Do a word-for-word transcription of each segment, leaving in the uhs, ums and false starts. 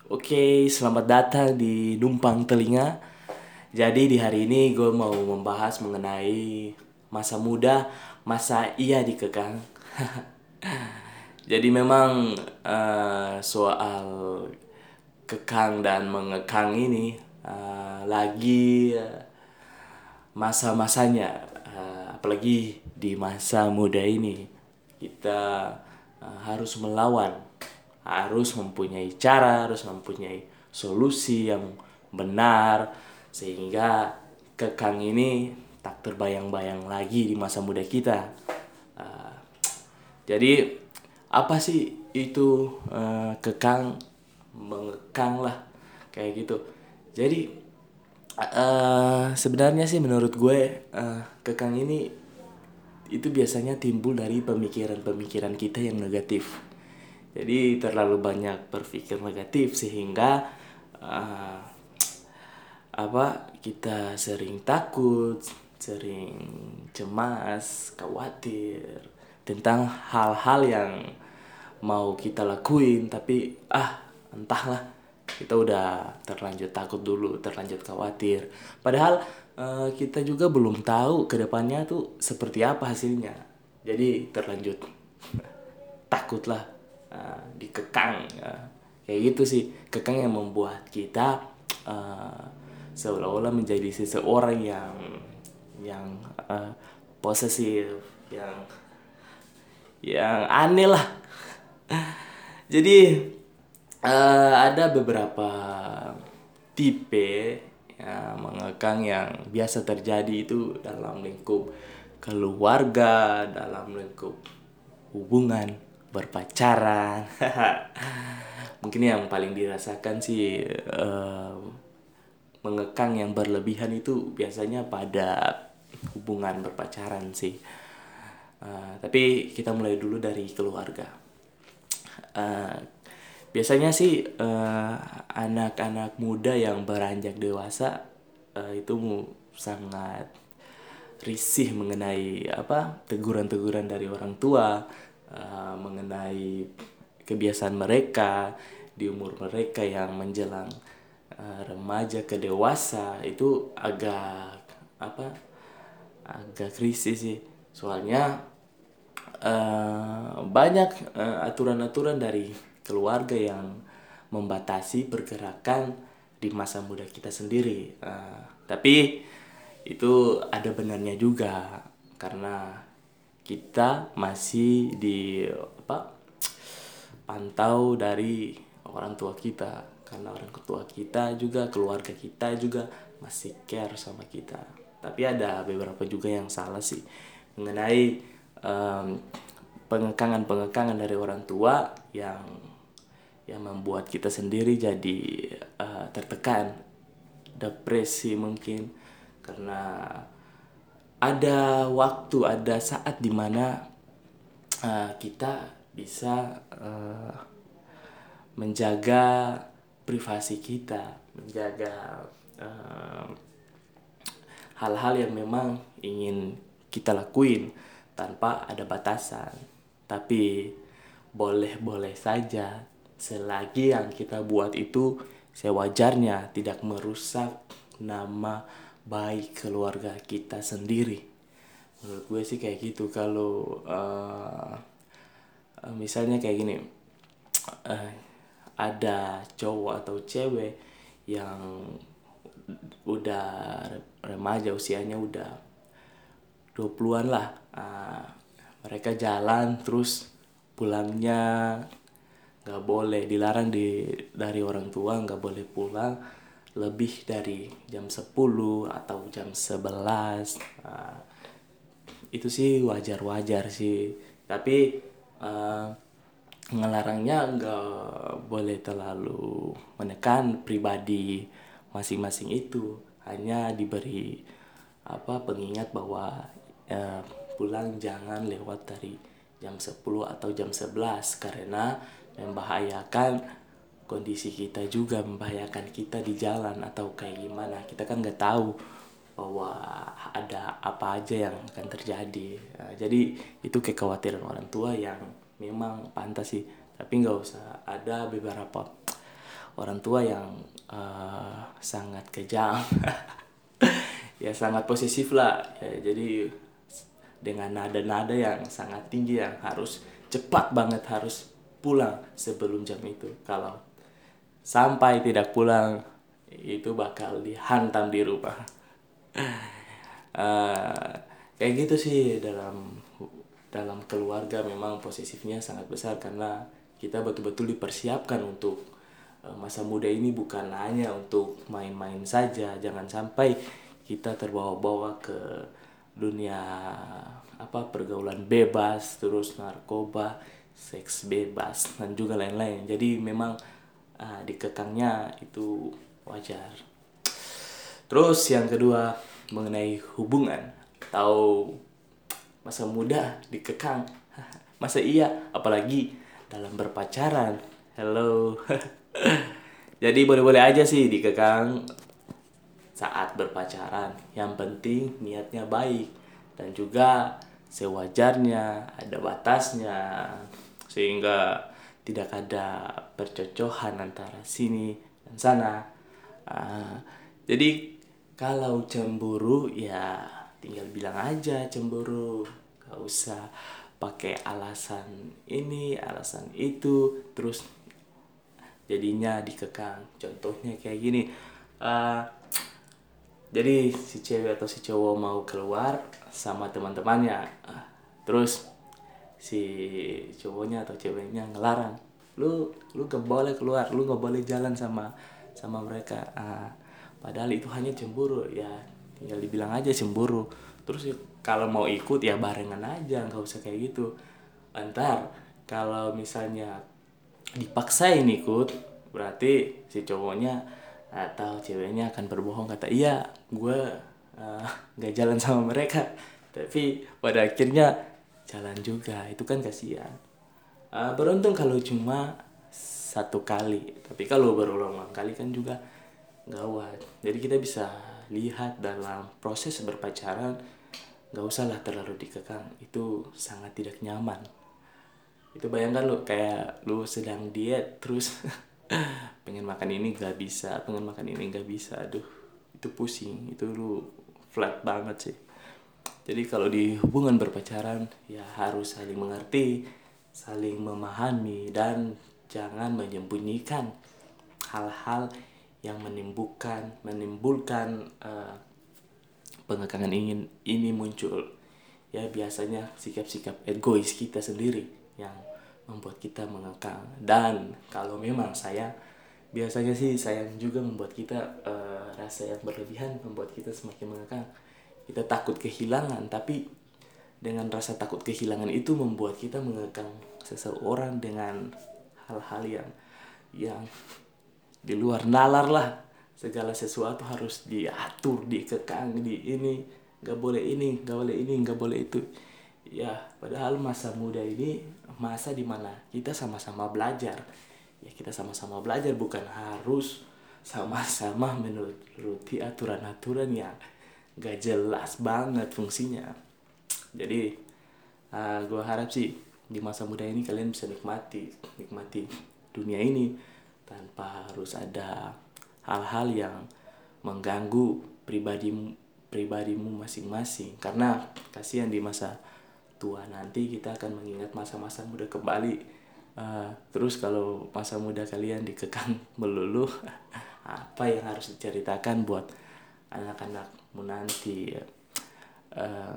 Oke, selamat datang di Numpang Telinga. Jadi di hari ini gue mau membahas mengenai masa muda, masa iya dikekang. Jadi memang eh, soal kekang dan mengekang ini eh, lagi eh, masa-masanya. Eh, apalagi di masa muda ini kita eh, harus melawan, harus mempunyai cara, harus mempunyai solusi yang benar sehingga kekang ini tak terbayang-bayang lagi di masa muda kita. Eh, jadi apa sih itu eh, kekang, mengekang lah kayak gitu. Jadi eh sebenarnya sih menurut gue eh, kekang ini itu biasanya timbul dari pemikiran-pemikiran kita yang negatif. Jadi terlalu banyak berpikir negatif sehingga eh, apa kita sering takut, sering cemas, khawatir tentang hal-hal yang mau kita lakuin tapi ah entahlah kita udah terlanjur takut dulu, terlanjur khawatir. Padahal eh, kita juga belum tahu ke depannya tuh seperti apa hasilnya. Jadi terlanjur takutlah uh, dikekang uh, kayak gitu sih. Kekang yang membuat kita uh, seolah-olah menjadi seseorang yang yang uh, posesif, yang yang aneh lah. Jadi uh, ada beberapa tipe ya, mengekang yang biasa terjadi itu dalam lingkup keluarga, dalam lingkup hubungan, berpacaran. Mungkin yang paling dirasakan sih eh, mengekang yang berlebihan itu biasanya pada hubungan berpacaran sih. Eh, tapi kita mulai dulu dari keluarga. Eh, biasanya sih eh, anak-anak muda yang beranjak dewasa eh, itu sangat risih mengenai apa teguran-teguran dari orang tua, uh, mengenai kebiasaan mereka di umur mereka yang menjelang uh, remaja ke dewasa itu agak apa agak krisis sih soalnya uh, banyak uh, aturan-aturan dari keluarga yang membatasi pergerakan di masa muda kita sendiri. Uh, tapi itu ada benarnya juga karena kita masih di apa pantau dari orang tua kita karena orang tua kita juga keluarga kita juga masih care sama kita. Tapi ada beberapa juga yang salah sih mengenai um, pengekangan-pengekangan dari orang tua yang yang membuat kita sendiri jadi uh, tertekan, depresi mungkin karena ada waktu, ada saat dimana uh, kita bisa uh, menjaga privasi kita, menjaga uh, hal-hal yang memang ingin kita lakuin tanpa ada batasan. Tapi boleh-boleh saja selagi yang kita buat itu sewajarnya tidak merusak nama baik keluarga kita sendiri. Menurut gue sih kayak gitu. Kalau uh, misalnya kayak gini, uh, ada cowok atau cewek yang udah remaja usianya udah dua puluhan lah, uh, mereka jalan terus pulangnya nggak boleh, dilarang di dari orang tua nggak boleh pulang lebih dari jam sepuluh atau jam sebelas. Nah, itu sih wajar-wajar sih tapi uh, ngelarangnya nggak boleh terlalu menekan pribadi masing-masing, itu hanya diberi apa pengingat bahwa eh, pulang jangan lewat dari jam sepuluh atau jam sebelas karena membahayakan kondisi kita juga, membahayakan kita di jalan atau kayak gimana, kita kan nggak tahu bahwa ada apa aja yang akan terjadi. Nah, jadi itu kekhawatiran orang tua yang memang pantas sih, tapi nggak usah ada beberapa orang tua yang uh, sangat kejam. Ya sangat posesif lah ya, jadi dengan nada-nada yang sangat tinggi yang harus cepat banget harus pulang sebelum jam itu. Kalau sampai tidak pulang itu bakal dihantam di rumah. uh, Kayak gitu sih, dalam dalam keluarga memang posesifnya sangat besar karena kita betul-betul dipersiapkan untuk uh, masa muda ini bukan hanya untuk main-main saja. Jangan sampai kita terbawa-bawa ke dunia apa pergaulan bebas, terus narkoba, seks bebas dan juga lain-lain. Jadi memang uh, dikekangnya itu wajar. Terus yang kedua mengenai hubungan atau masa muda dikekang. Masa iya, apalagi dalam berpacaran. Hello. Jadi boleh-boleh aja sih dikekang saat berpacaran. Yang penting niatnya baik dan juga sewajarnya, ada batasnya sehingga tidak ada percocokan antara sini dan sana. Uh, jadi kalau cemburu ya tinggal bilang aja cemburu, gak usah pakai alasan ini, alasan itu, terus jadinya dikekang. Contohnya kayak gini, uh, jadi si cewek atau si cowok mau keluar sama teman-temannya, uh, terus si cowoknya atau ceweknya ngelarang, lu lu gak boleh keluar, lu gak boleh jalan sama sama mereka. Uh, padahal itu hanya cemburu ya, tinggal dibilang aja cemburu. Terus kalau mau ikut ya barengan aja, nggak usah kayak gitu. Ntar kalau misalnya dipaksain ikut, berarti si cowoknya atau ceweknya akan berbohong, kata iya gue uh, nggak jalan sama mereka, tapi pada akhirnya jalan juga. Itu kan kasihan. Uh, beruntung kalau cuma satu kali, tapi kalau berulang-ulang kali kan juga gawat. Jadi kita bisa lihat dalam proses berpacaran, gak usah lah terlalu dikekang, itu sangat tidak nyaman. Itu bayangkan lu kayak lu sedang diet terus pengen makan ini gak bisa, pengen makan ini gak bisa, aduh itu pusing, itu lu flat banget sih. Jadi kalau di hubungan berpacaran ya harus saling mengerti, saling memahami, dan jangan menyembunyikan hal-hal yang menimbulkan menimbulkan uh, pengekangan ingin ini muncul. Ya biasanya sikap-sikap egois kita sendiri yang membuat kita mengekang. Dan kalau memang sayang, biasanya sih sayang juga membuat kita uh, rasa yang berlebihan membuat kita semakin mengekang. Kita takut kehilangan, tapi dengan rasa takut kehilangan itu membuat kita mengekang seseorang dengan hal-hal yang yang di luar nalar lah. Segala sesuatu harus diatur, dikekang, di ini nggak boleh ini, nggak boleh ini, nggak boleh itu. Ya padahal masa muda ini masa dimana kita sama-sama belajar. Ya kita sama-sama belajar, bukan harus sama-sama menuruti aturan-aturan yang nggak jelas banget fungsinya. Jadi uh, gue harap sih di masa muda ini kalian bisa nikmati nikmati dunia ini tanpa harus ada hal-hal yang mengganggu pribadimu pribadimu masing-masing. Karena kasihan di masa tua nanti kita akan mengingat masa-masa muda kembali. Uh, terus kalau masa muda kalian dikekang melulu, apa yang harus diceritakan buat anak-anakmu nanti? Uh,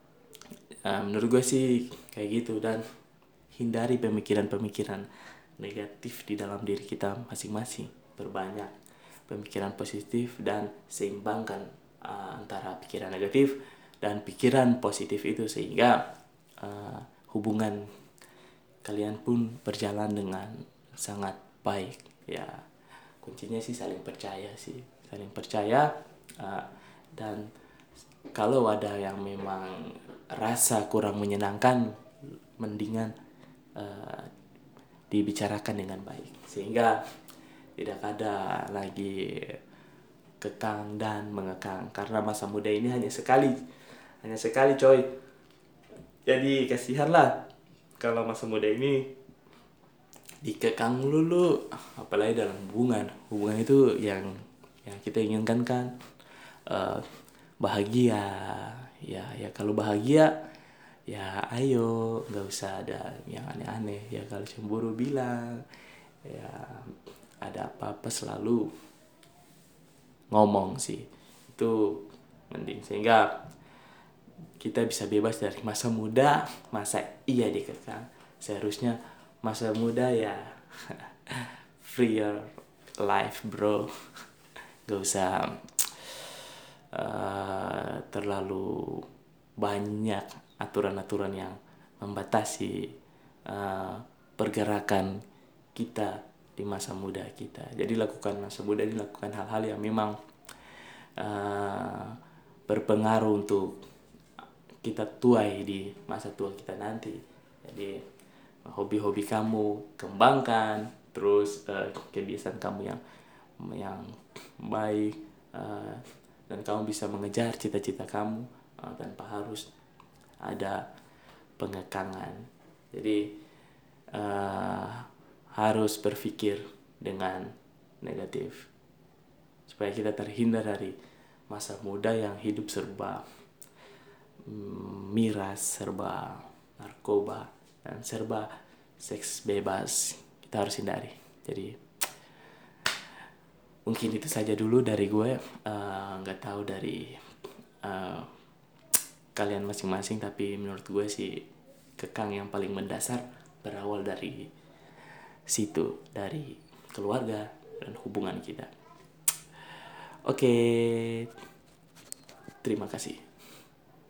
uh, menurut gue sih kayak gitu, dan hindari pemikiran-pemikiran negatif di dalam diri kita masing-masing. Berbanyak pemikiran positif dan seimbangkan uh, antara pikiran negatif dan pikiran positif itu, sehingga uh, hubungan kalian pun berjalan dengan sangat baik. Ya kuncinya sih saling percaya sih, saling percaya. Uh, dan kalau ada yang memang rasa kurang menyenangkan, mendingan uh, dibicarakan dengan baik sehingga tidak ada lagi kekang dan mengekang. Karena masa muda ini hanya sekali, hanya sekali coy. Jadi kasihanlah kalau masa muda ini dikekang dulu, apalagi dalam hubungan. Hubungan itu yang yang kita inginkan kan, eh, bahagia. Ya ya kalau bahagia ya ayo, nggak usah ada yang aneh-aneh. Ya kalau cemburu bilang, ya ada apa-apa selalu ngomong sih, itu mending, sehingga kita bisa bebas dari masa muda. Masa iya dikekang, seharusnya masa muda ya free your life bro. Gak usah uh, terlalu banyak aturan-aturan yang membatasi uh, pergerakan kita di masa muda kita. Jadi lakukan masa muda ini, lakukan hal-hal yang memang uh, berpengaruh untuk kita tuai di masa tua kita nanti. Jadi hobi-hobi kamu kembangkan, terus uh, kebiasaan kamu yang yang baik, uh, dan kamu bisa mengejar cita-cita kamu uh, tanpa harus ada pengekangan. Jadi uh, harus berpikir dengan negatif supaya kita terhindar dari masa muda yang hidup serba mm, miras, serba narkoba, dan serba seks bebas. Kita harus hindari. Jadi mungkin itu saja dulu dari gue. Nggak uh, tahu dari uh, kalian masing-masing, tapi menurut gue sih kekang yang paling mendasar berawal dari situ, dari keluarga dan hubungan kita. Oke, terima kasih.